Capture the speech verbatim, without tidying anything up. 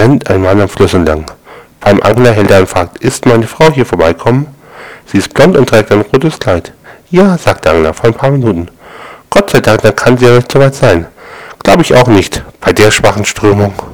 rennt ein Mann am Fluss entlang. Beim Angler hält er und fragt, ist meine Frau hier vorbeikommen? Sie ist blond und trägt ein rotes Kleid. Ja, sagt der Angler, vor ein paar Minuten. Gott sei Dank, dann kann sie ja nicht so weit sein. Glaube ich auch nicht, bei der schwachen Strömung.